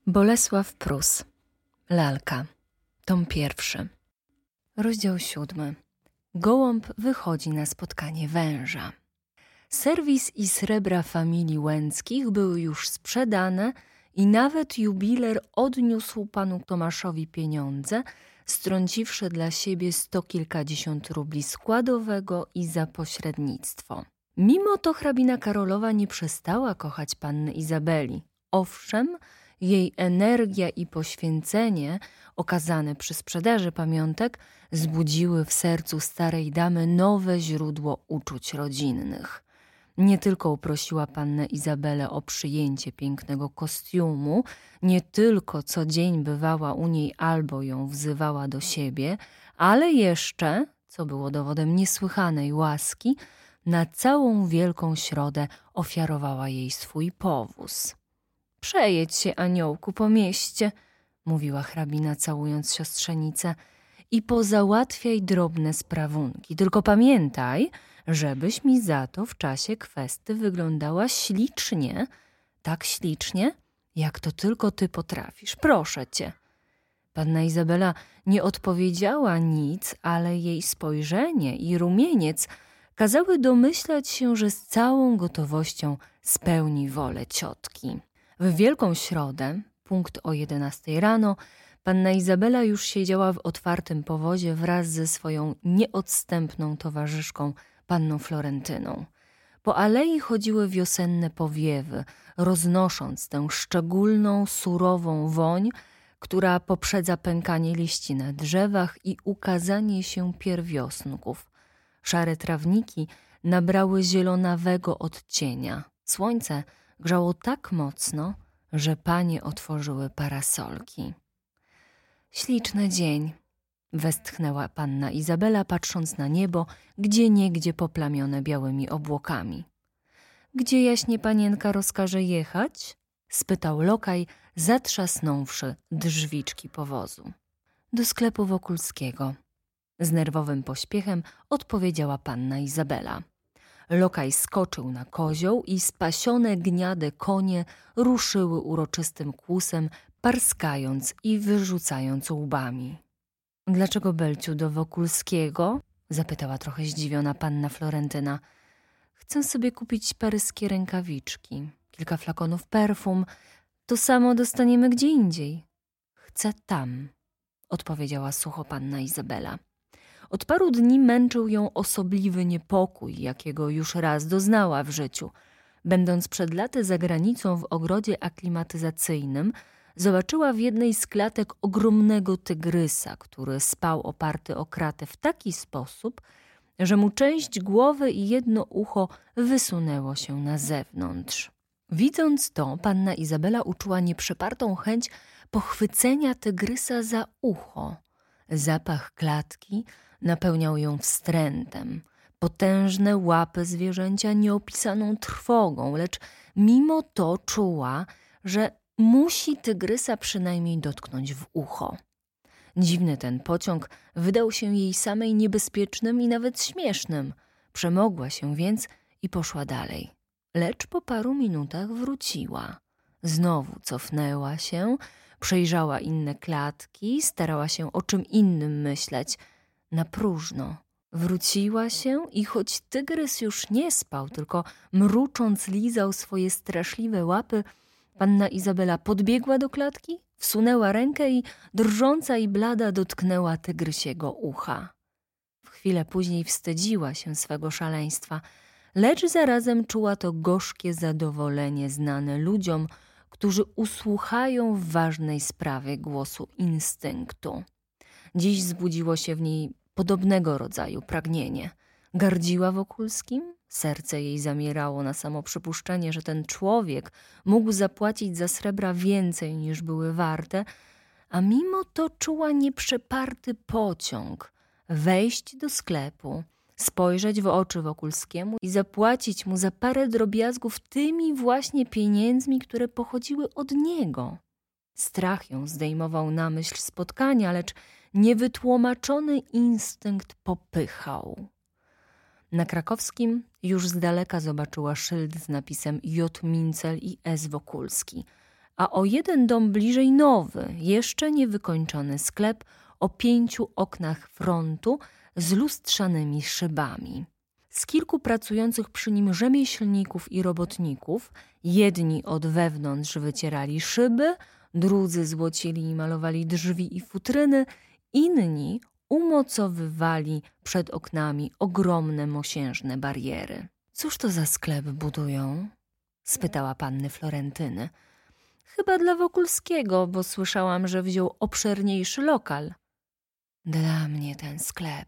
Bolesław Prus. Lalka. Tom 1. Rozdział 7. Gołąb wychodzi na spotkanie węża. Serwis i srebra familii Łęckich były już sprzedane i nawet jubiler odniósł panu Tomaszowi pieniądze, strąciwszy dla siebie 100 kilkadziesiąt rubli składowego i za pośrednictwo. Mimo to hrabina Karolowa nie przestała kochać panny Izabeli. Owszem, jej energia i poświęcenie okazane przy sprzedaży pamiątek zbudziły w sercu starej damy nowe źródło uczuć rodzinnych. Nie tylko uprosiła pannę Izabelę o przyjęcie pięknego kostiumu, nie tylko co dzień bywała u niej albo ją wzywała do siebie, ale jeszcze, co było dowodem niesłychanej łaski, na całą Wielką Środę ofiarowała jej swój powóz. „Przejedź się, aniołku, po mieście”, mówiła hrabina, całując siostrzenicę, „i pozałatwiaj drobne sprawunki. Tylko pamiętaj, żebyś mi za to w czasie kwesty wyglądała ślicznie, tak ślicznie, jak to tylko ty potrafisz. Proszę cię”. Panna Izabela nie odpowiedziała nic, ale jej spojrzenie i rumieniec kazały domyślać się, że z całą gotowością spełni wolę ciotki. W Wielką Środę, punkt o 11 rano, panna Izabela już siedziała w otwartym powozie wraz ze swoją nieodstępną towarzyszką, panną Florentyną. Po alei chodziły wiosenne powiewy, roznosząc tę szczególną, surową woń, która poprzedza pękanie liści na drzewach i ukazanie się pierwiosnków. Szare trawniki nabrały zielonawego odcienia. Słońce grzało tak mocno, że panie otworzyły parasolki. „Śliczny dzień”, westchnęła panna Izabela, patrząc na niebo, gdzieniegdzie poplamione białymi obłokami. „Gdzie jaśnie panienka rozkaże jechać?” spytał lokaj, zatrzasnąwszy drzwiczki powozu. „Do sklepu Wokulskiego”, z nerwowym pośpiechem odpowiedziała panna Izabela. Lokaj skoczył na kozioł i spasione gniade konie ruszyły uroczystym kłusem, parskając i wyrzucając łbami. „Dlaczego, Belciu, do Wokulskiego?” zapytała trochę zdziwiona panna Florentyna. „Chcę sobie kupić paryskie rękawiczki, kilka flakonów perfum. To samo dostaniemy gdzie indziej”. „Chcę tam”, odpowiedziała sucho panna Izabela. Od paru dni męczył ją osobliwy niepokój, jakiego już raz doznała w życiu. Będąc przed laty za granicą w ogrodzie aklimatyzacyjnym, zobaczyła w jednej z klatek ogromnego tygrysa, który spał oparty o kratę w taki sposób, że mu część głowy i jedno ucho wysunęło się na zewnątrz. Widząc to, panna Izabela uczuła nieprzepartą chęć pochwycenia tygrysa za ucho. Zapach klatki napełniał ją wstrętem. Potężne łapy zwierzęcia nieopisaną trwogą, lecz mimo to czuła, że musi tygrysa przynajmniej dotknąć w ucho. Dziwny ten pociąg wydał się jej samej niebezpiecznym i nawet śmiesznym. Przemogła się więc i poszła dalej. Lecz po paru minutach wróciła. Znowu cofnęła się, przejrzała inne klatki, starała się o czym innym myśleć. Na próżno. Wróciła się i choć tygrys już nie spał, tylko mrucząc lizał swoje straszliwe łapy, panna Izabela podbiegła do klatki, wsunęła rękę i drżąca i blada dotknęła tygrysiego ucha. W chwilę później wstydziła się swego szaleństwa, lecz zarazem czuła to gorzkie zadowolenie znane ludziom, którzy usłuchają w ważnej sprawie głosu instynktu. Dziś zbudziło się w niej podobnego rodzaju pragnienie. Gardziła Wokulskim? Serce jej zamierało na samo przypuszczenie, że ten człowiek mógł zapłacić za srebra więcej niż były warte, a mimo to czuła nieprzeparty pociąg wejść do sklepu, spojrzeć w oczy Wokulskiemu i zapłacić mu za parę drobiazgów tymi właśnie pieniędzmi, które pochodziły od niego. Strach ją zdejmował na myśl spotkania, lecz niewytłumaczony instynkt popychał. Na Krakowskim już z daleka zobaczyła szyld z napisem J. Mincel i S. Wokulski, a o jeden dom bliżej nowy, jeszcze niewykończony sklep o 5 oknach frontu z lustrzanymi szybami. Z kilku pracujących przy nim rzemieślników i robotników, jedni od wewnątrz wycierali szyby, drudzy złocili i malowali drzwi i futryny, inni umocowywali przed oknami ogromne mosiężne bariery. — Cóż to za sklep budują? — spytała panny Florentyny. — Chyba dla Wokulskiego, bo słyszałam, że wziął obszerniejszy lokal. — Dla mnie ten sklep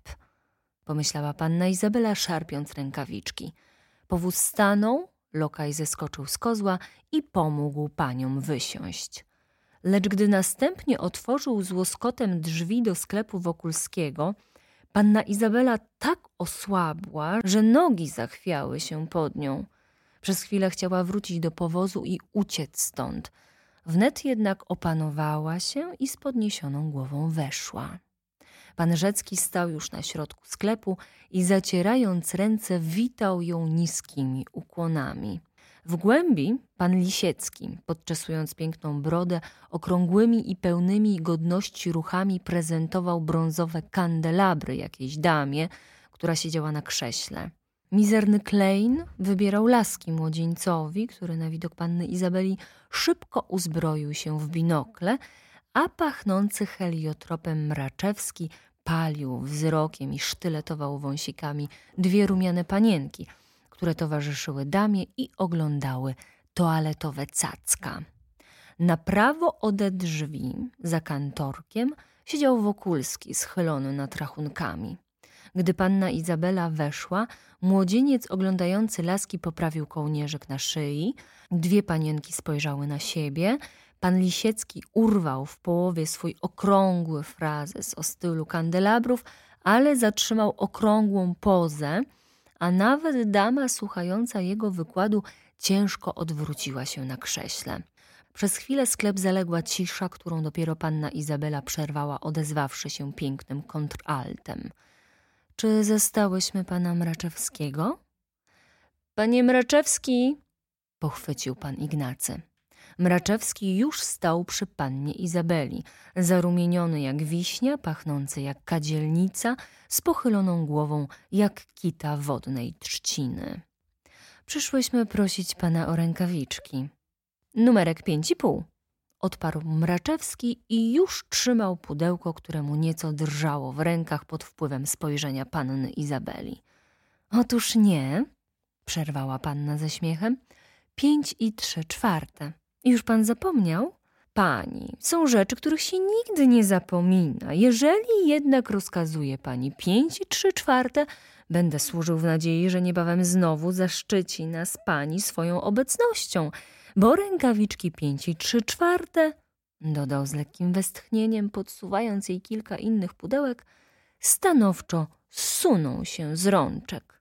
— pomyślała panna Izabela, szarpiąc rękawiczki. Powóz stanął, lokaj zeskoczył z kozła i pomógł paniom wysiąść. Lecz gdy następnie otworzył z łoskotem drzwi do sklepu Wokulskiego, panna Izabela tak osłabła, że nogi zachwiały się pod nią. Przez chwilę chciała wrócić do powozu i uciec stąd. Wnet jednak opanowała się i z podniesioną głową weszła. Pan Rzecki stał już na środku sklepu i zacierając ręce witał ją niskimi ukłonami. W głębi pan Lisiecki, podczesując piękną brodę, okrągłymi i pełnymi godności ruchami prezentował brązowe kandelabry jakiejś damie, która siedziała na krześle. Mizerny Klein wybierał laski młodzieńcowi, który na widok panny Izabeli szybko uzbroił się w binokle, a pachnący heliotropem Mraczewski palił wzrokiem i sztyletował wąsikami 2 rumiane panienki, które towarzyszyły damie i oglądały toaletowe cacka. Na prawo ode drzwi, za kantorkiem, siedział Wokulski schylony nad rachunkami. Gdy panna Izabela weszła, młodzieniec oglądający laski poprawił kołnierzyk na szyi, 2 panienki spojrzały na siebie, pan Lisiecki urwał w połowie swój okrągły frazes o stylu kandelabrów, ale zatrzymał okrągłą pozę, a nawet dama słuchająca jego wykładu ciężko odwróciła się na krześle. Przez chwilę sklep zaległa cisza, którą dopiero panna Izabela przerwała, odezwawszy się pięknym kontraltem. — Czy zastałyśmy pana Mraczewskiego? — Panie Mraczewski! — pochwycił pan Ignacy. Mraczewski już stał przy pannie Izabeli, zarumieniony jak wiśnia, pachnący jak kadzielnica, z pochyloną głową jak kita wodnej trzciny. — Przyszłyśmy prosić pana o rękawiczki. — Numerek 5,5 — odparł Mraczewski i już trzymał pudełko, któremu nieco drżało w rękach pod wpływem spojrzenia panny Izabeli. — Otóż nie — przerwała panna ze śmiechem — 5,3/4. Już pan zapomniał? Pani, są rzeczy, których się nigdy nie zapomina. Jeżeli jednak rozkazuje pani 5,3/4, będę służył w nadziei, że niebawem znowu zaszczyci nas pani swoją obecnością, bo rękawiczki 5,3/4, dodał z lekkim westchnieniem, podsuwając jej kilka innych pudełek, stanowczo zsuną się z rączek.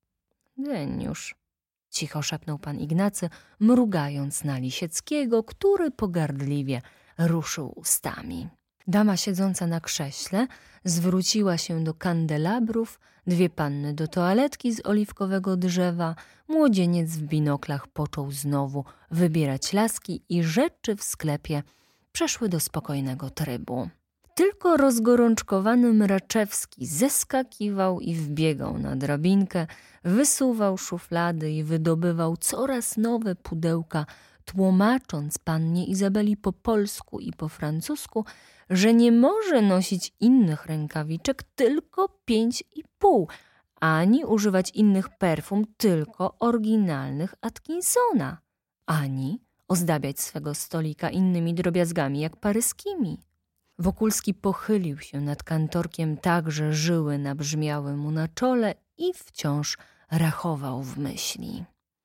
Geniusz, cicho szepnął pan Ignacy, mrugając na Lisieckiego, który pogardliwie ruszył ustami. Dama siedząca na krześle zwróciła się do kandelabrów, 2 panny do toaletki z oliwkowego drzewa, młodzieniec w binoklach począł znowu wybierać laski i rzeczy w sklepie przeszły do spokojnego trybu. Tylko rozgorączkowany Mraczewski zeskakiwał i wbiegał na drabinkę, wysuwał szuflady i wydobywał coraz nowe pudełka, tłumacząc pannie Izabeli po polsku i po francusku, że nie może nosić innych rękawiczek, tylko 5,5, ani używać innych perfum, tylko oryginalnych Atkinsona, ani ozdabiać swego stolika innymi drobiazgami jak paryskimi. Wokulski pochylił się nad kantorkiem tak, że żyły nabrzmiały mu na czole i wciąż rachował w myśli.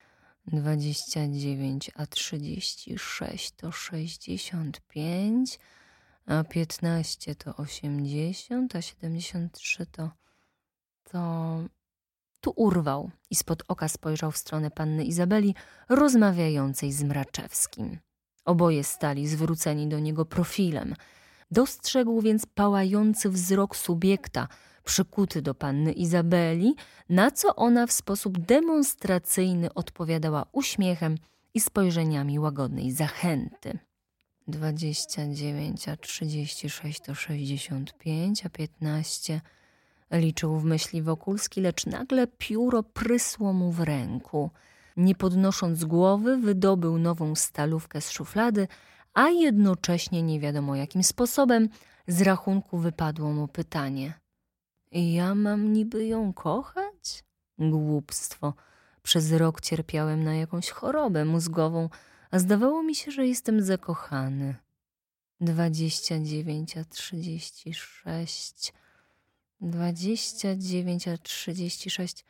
29, a 36 to 65, a 15 to 80, a 73 to... Tu urwał i spod oka spojrzał w stronę panny Izabeli, rozmawiającej z Mraczewskim. Oboje stali zwróceni do niego profilem. Dostrzegł więc pałający wzrok subiekta, przykuty do panny Izabeli, na co ona w sposób demonstracyjny odpowiadała uśmiechem i spojrzeniami łagodnej zachęty. 29, a 36 to 65, a 15... Liczył w myśli Wokulski, lecz nagle pióro prysło mu w ręku. Nie podnosząc głowy, wydobył nową stalówkę z szuflady, a jednocześnie nie wiadomo jakim sposobem z rachunku wypadło mu pytanie. Ja mam niby ją kochać? Głupstwo. Przez rok cierpiałem na jakąś chorobę mózgową, a zdawało mi się, że jestem zakochany. 29, a 36... 29, a 36...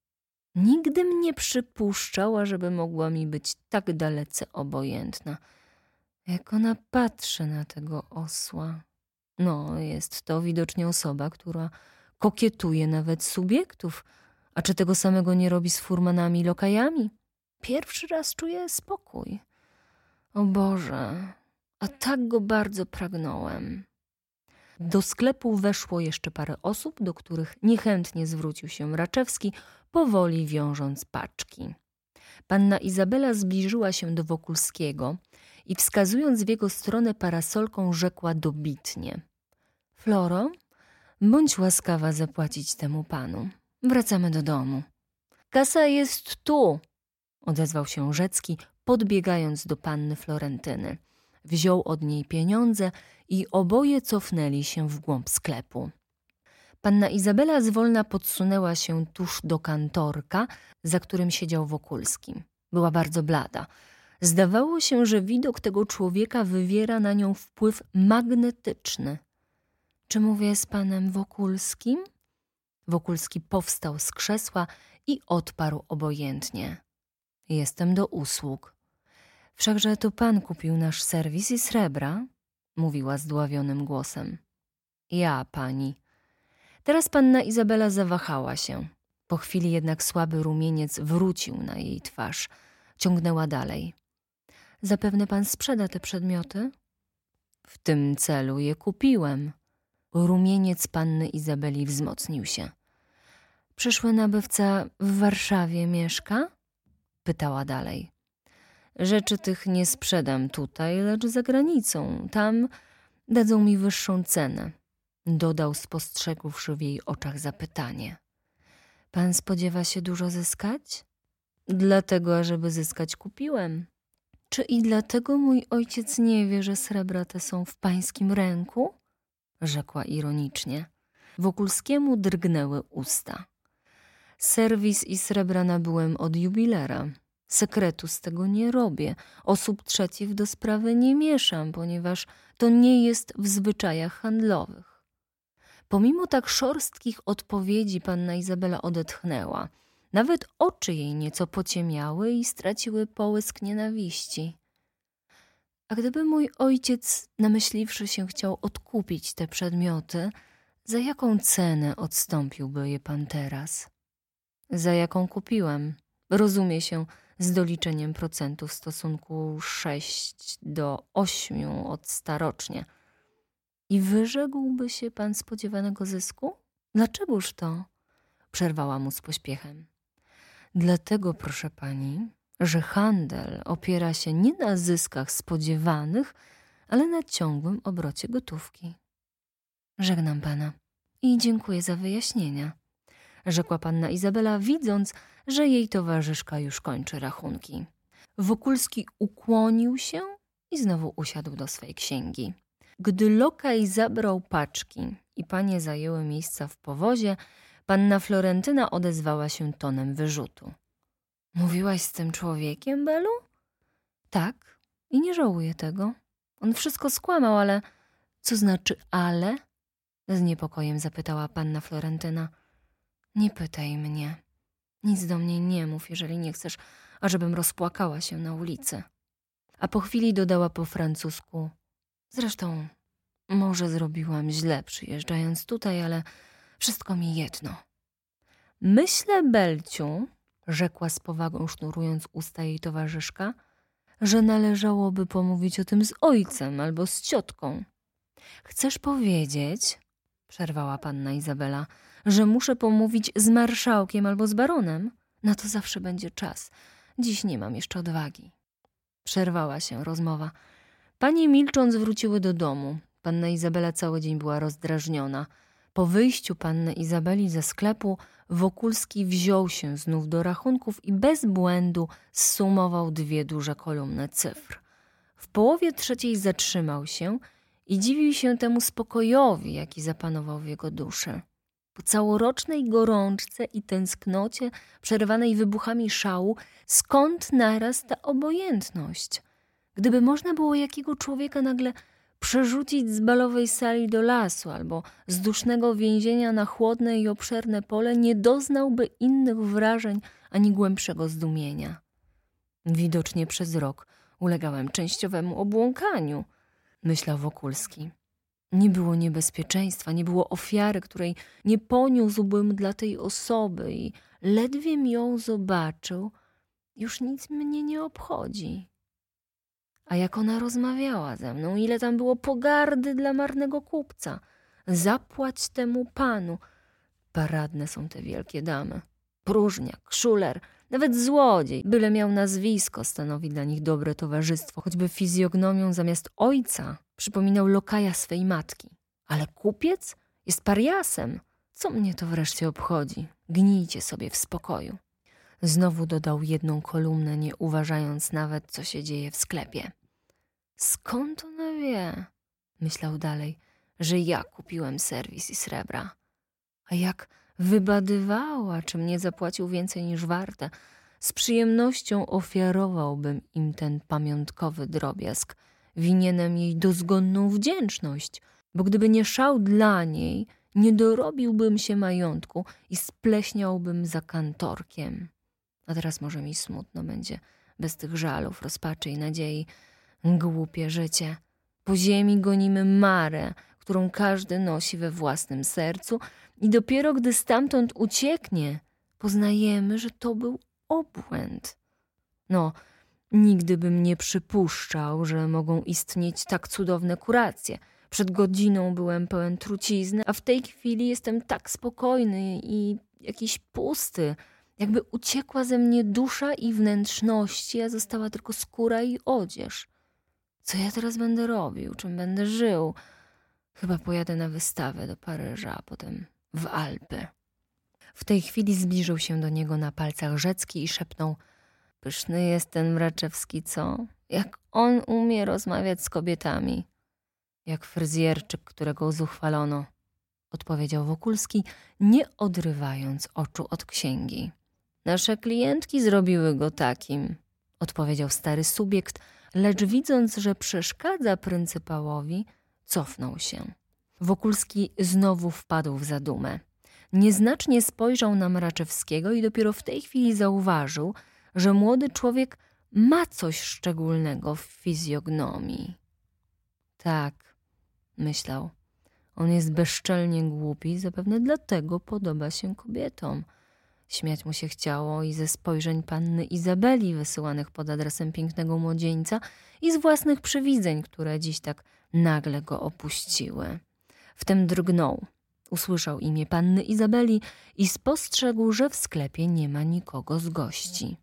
Nigdym nie przypuszczała, żeby mogła mi być tak dalece obojętna. Jak ona patrzy na tego osła. No, jest to widocznie osoba, która kokietuje nawet subiektów. A czy tego samego nie robi z furmanami i lokajami? Pierwszy raz czuję spokój. O Boże, a tak go bardzo pragnąłem. Do sklepu weszło jeszcze parę osób, do których niechętnie zwrócił się Raczewski, powoli wiążąc paczki. Panna Izabela zbliżyła się do Wokulskiego i wskazując w jego stronę parasolką rzekła dobitnie. Floro, bądź łaskawa zapłacić temu panu. Wracamy do domu. Kasa jest tu, odezwał się Rzecki, podbiegając do panny Florentyny. Wziął od niej pieniądze i oboje cofnęli się w głąb sklepu. Panna Izabela zwolna podsunęła się tuż do kantorka, za którym siedział Wokulski. Była bardzo blada. Zdawało się, że widok tego człowieka wywiera na nią wpływ magnetyczny. Czy mówię z panem Wokulskim? Wokulski powstał z krzesła i odparł obojętnie. Jestem do usług. Wszakże to pan kupił nasz serwis i srebra? Mówiła zdławionym głosem. Ja, pani. Teraz panna Izabela zawahała się. Po chwili jednak słaby rumieniec wrócił na jej twarz. Ciągnęła dalej. Zapewne pan sprzeda te przedmioty? W tym celu je kupiłem. Rumieniec panny Izabeli wzmocnił się. Przyszły nabywca w Warszawie mieszka? Pytała dalej. Rzeczy tych nie sprzedam tutaj, lecz za granicą. Tam dadzą mi wyższą cenę. Dodał, spostrzegłszy w jej oczach zapytanie. Pan spodziewa się dużo zyskać? Dlatego, ażeby zyskać, kupiłem. Czy i dlatego mój ojciec nie wie, że srebra te są w pańskim ręku? Rzekła ironicznie. Wokulskiemu drgnęły usta. Serwis i srebra nabyłem od jubilera. Sekretu z tego nie robię. Osób trzecich do sprawy nie mieszam, ponieważ to nie jest w zwyczajach handlowych. Pomimo tak szorstkich odpowiedzi panna Izabela odetchnęła. Nawet oczy jej nieco pociemiały i straciły połysk nienawiści. A gdyby mój ojciec, namyśliwszy się, chciał odkupić te przedmioty, za jaką cenę odstąpiłby je pan teraz? Za jaką kupiłem? Rozumie się, z doliczeniem procentów w stosunku 6:8 od starocznie. I wyrzekłby się pan spodziewanego zysku? Dlaczegoż to? Przerwała mu z pośpiechem. Dlatego, proszę pani, że handel opiera się nie na zyskach spodziewanych, ale na ciągłym obrocie gotówki. Żegnam pana i dziękuję za wyjaśnienia, rzekła panna Izabela, widząc, że jej towarzyszka już kończy rachunki. Wokulski ukłonił się i znowu usiadł do swej księgi. Gdy lokaj zabrał paczki i panie zajęły miejsca w powozie, panna Florentyna odezwała się tonem wyrzutu. Mówiłaś z tym człowiekiem, Belu? Tak, i nie żałuję tego. On wszystko skłamał, ale... Co znaczy ale? Z niepokojem zapytała panna Florentyna. Nie pytaj mnie. Nic do mnie nie mów, jeżeli nie chcesz, ażebym rozpłakała się na ulicy. A po chwili dodała po francusku. Zresztą może zrobiłam źle przyjeżdżając tutaj, ale wszystko mi jedno. Myślę, Belciu, rzekła z powagą sznurując usta jej towarzyszka, że należałoby pomówić o tym z ojcem albo z ciotką. Chcesz powiedzieć, przerwała panna Izabela, że muszę pomówić z marszałkiem albo z baronem? Na to zawsze będzie czas. Dziś nie mam jeszcze odwagi. Przerwała się rozmowa. Panie milcząc wróciły do domu. Panna Izabela cały dzień była rozdrażniona. Po wyjściu panny Izabeli ze sklepu Wokulski wziął się znów do rachunków i bez błędu zsumował 2 duże kolumny cyfr. W połowie 3 zatrzymał się i dziwił się temu spokojowi, jaki zapanował w jego duszy. Po całorocznej gorączce i tęsknocie, przerwanej wybuchami szału, skąd naraz ta obojętność? Gdyby można było jakiego człowieka nagle przerzucić z balowej sali do lasu albo z dusznego więzienia na chłodne i obszerne pole, nie doznałby innych wrażeń ani głębszego zdumienia. Widocznie przez rok ulegałem częściowemu obłąkaniu, myślał Wokulski. Nie było niebezpieczeństwa, nie było ofiary, której nie poniósłbym dla tej osoby i ledwiem ją zobaczył, już nic mnie nie obchodzi. A jak ona rozmawiała ze mną, ile tam było pogardy dla marnego kupca. Zapłać temu panu. Paradne są te wielkie damy. Próżniak, szuler, nawet złodziej, byle miał nazwisko, stanowi dla nich dobre towarzystwo, choćby fizjognomią zamiast ojca przypominał lokaja swej matki. Ale kupiec jest pariasem. Co mnie to wreszcie obchodzi? Gnijcie sobie w spokoju. Znowu dodał 1 kolumnę, nie uważając nawet, co się dzieje w sklepie. Skąd ona wie, myślał dalej, że ja kupiłem serwis i srebra? A jak wybadywała, czym nie zapłacił więcej niż warte, z przyjemnością ofiarowałbym im ten pamiątkowy drobiazg. Winienem jej dozgonną wdzięczność, bo gdyby nie szał dla niej, nie dorobiłbym się majątku i spleśniałbym za kantorkiem. A teraz może mi smutno będzie, bez tych żalów, rozpaczy i nadziei. Głupie życie. Po ziemi gonimy marę, którą każdy nosi we własnym sercu i dopiero gdy stamtąd ucieknie, poznajemy, że to był obłęd. No, nigdy bym nie przypuszczał, że mogą istnieć tak cudowne kuracje. Przed godziną byłem pełen trucizny, a w tej chwili jestem tak spokojny i jakiś pusty, jakby uciekła ze mnie dusza i wnętrzności, a została tylko skóra i odzież. Co ja teraz będę robił? Czym będę żył? Chyba pojadę na wystawę do Paryża, a potem w Alpy. W tej chwili zbliżył się do niego na palcach Rzecki i szepnął: pyszny jest ten Mraczewski, co? Jak on umie rozmawiać z kobietami. Jak fryzjerczyk, którego zuchwalono, odpowiedział Wokulski, nie odrywając oczu od księgi. Nasze klientki zrobiły go takim, odpowiedział stary subiekt, lecz widząc, że przeszkadza pryncypałowi, cofnął się. Wokulski znowu wpadł w zadumę. Nieznacznie spojrzał na Mraczewskiego i dopiero w tej chwili zauważył, że młody człowiek ma coś szczególnego w fizjognomii. Tak, myślał, on jest bezczelnie głupi, zapewne dlatego podoba się kobietom. Śmiać mu się chciało i ze spojrzeń panny Izabeli wysyłanych pod adresem pięknego młodzieńca i z własnych przywidzeń, które dziś tak nagle go opuściły. Wtem drgnął. Usłyszał imię panny Izabeli i spostrzegł, że w sklepie nie ma nikogo z gości.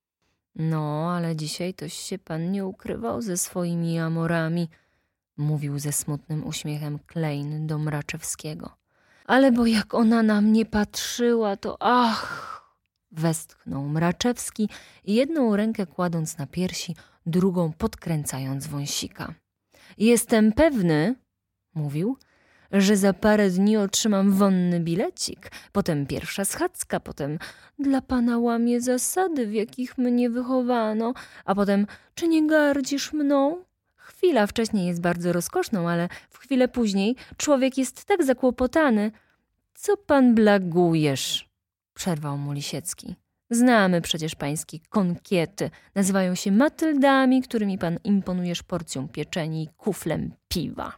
No, ale dzisiaj toś się pan nie ukrywał ze swoimi amorami, mówił ze smutnym uśmiechem Klein do Mraczewskiego. Ale bo jak ona na mnie patrzyła, to ach! Westchnął Mraczewski, jedną rękę kładąc na piersi, drugą podkręcając wąsika. Jestem pewny, mówił, że za parę dni otrzymam wonny bilecik, potem pierwsza schadzka, potem dla pana łamie zasady, w jakich mnie wychowano, a potem czy nie gardzisz mną? Chwila wcześniej jest bardzo rozkoszną, ale w chwilę później człowiek jest tak zakłopotany. Co pan blagujesz? Przerwał mu Lisiecki. Znamy przecież pańskie konkiety. Nazywają się Matyldami, którymi pan imponujesz porcją pieczeni i kuflem piwa.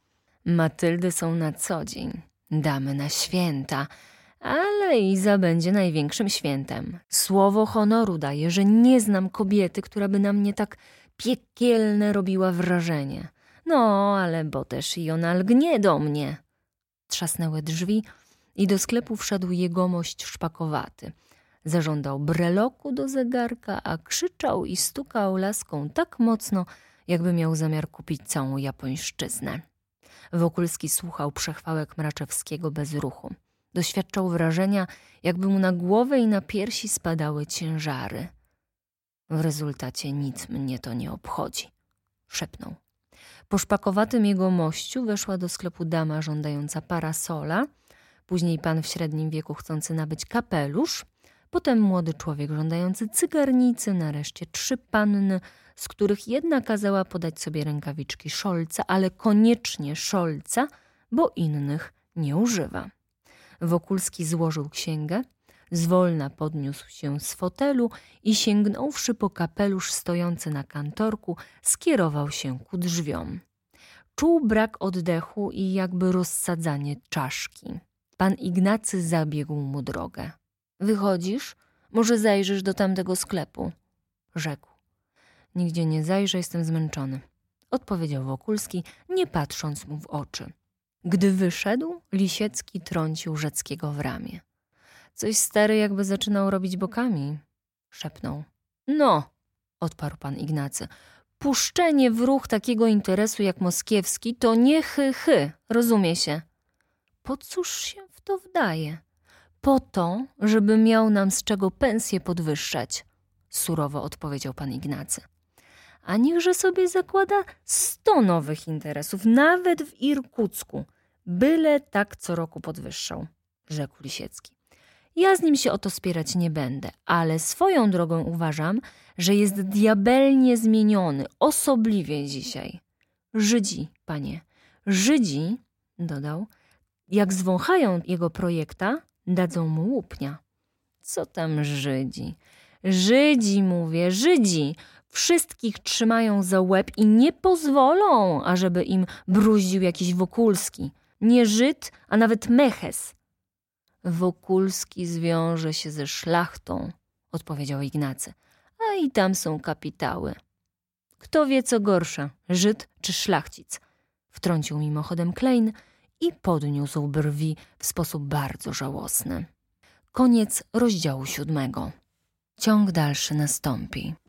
Matyldy są na co dzień, damy na święta, ale Iza będzie największym świętem. Słowo honoru daję, że nie znam kobiety, która by na mnie tak piekielne robiła wrażenie. No, ale bo też i ona lgnie do mnie. Trzasnęły drzwi i do sklepu wszedł jegomość szpakowaty. Zażądał breloku do zegarka, a krzyczał i stukał laską tak mocno, jakby miał zamiar kupić całą Japońszczyznę. Wokulski słuchał przechwałek Mraczewskiego bez ruchu. Doświadczał wrażenia, jakby mu na głowę i na piersi spadały ciężary. W rezultacie nic mnie to nie obchodzi, szepnął. Po szpakowatym jegomościu weszła do sklepu dama żądająca parasola, później pan w średnim wieku chcący nabyć kapelusz, potem młody człowiek żądający cygarnicy, nareszcie 3 panny, z których jedna kazała podać sobie rękawiczki Szolca, ale koniecznie Szolca, bo innych nie używa. Wokulski złożył księgę, zwolna podniósł się z fotelu i sięgnąwszy po kapelusz stojący na kantorku, skierował się ku drzwiom. Czuł brak oddechu i jakby rozsadzanie czaszki. Pan Ignacy zabiegł mu drogę. Wychodzisz? Może zajrzysz do tamtego sklepu? Rzekł. Nigdzie nie zajrzę, jestem zmęczony. Odpowiedział Wokulski, nie patrząc mu w oczy. Gdy wyszedł, Lisiecki trącił Rzeckiego w ramię. Coś stary jakby zaczynał robić bokami, szepnął. No, odparł pan Ignacy. Puszczenie w ruch takiego interesu jak moskiewski to nie rozumie się. Po cóż się w to wdaje? Po to, żeby miał nam z czego pensję podwyższać, surowo odpowiedział pan Ignacy. A niechże sobie zakłada 100 nowych interesów, nawet w Irkucku, byle tak co roku podwyższał, rzekł Lisiecki. Ja z nim się o to spierać nie będę, ale swoją drogą uważam, że jest diabelnie zmieniony, osobliwie dzisiaj. Żydzi, panie, Żydzi, dodał, jak zwąchają jego projekta, dadzą mu łupnia. Co tam Żydzi? Żydzi, mówię, Żydzi. Wszystkich trzymają za łeb i nie pozwolą, ażeby im bruździł jakiś Wokulski. Nie Żyd, a nawet Meches. Wokulski zwiąże się ze szlachtą, odpowiedział Ignacy. A i tam są kapitały. Kto wie co gorsza, Żyd czy szlachcic? Wtrącił mimochodem Klein i podniósł brwi w sposób bardzo żałosny. Koniec rozdziału 7. Ciąg dalszy nastąpi.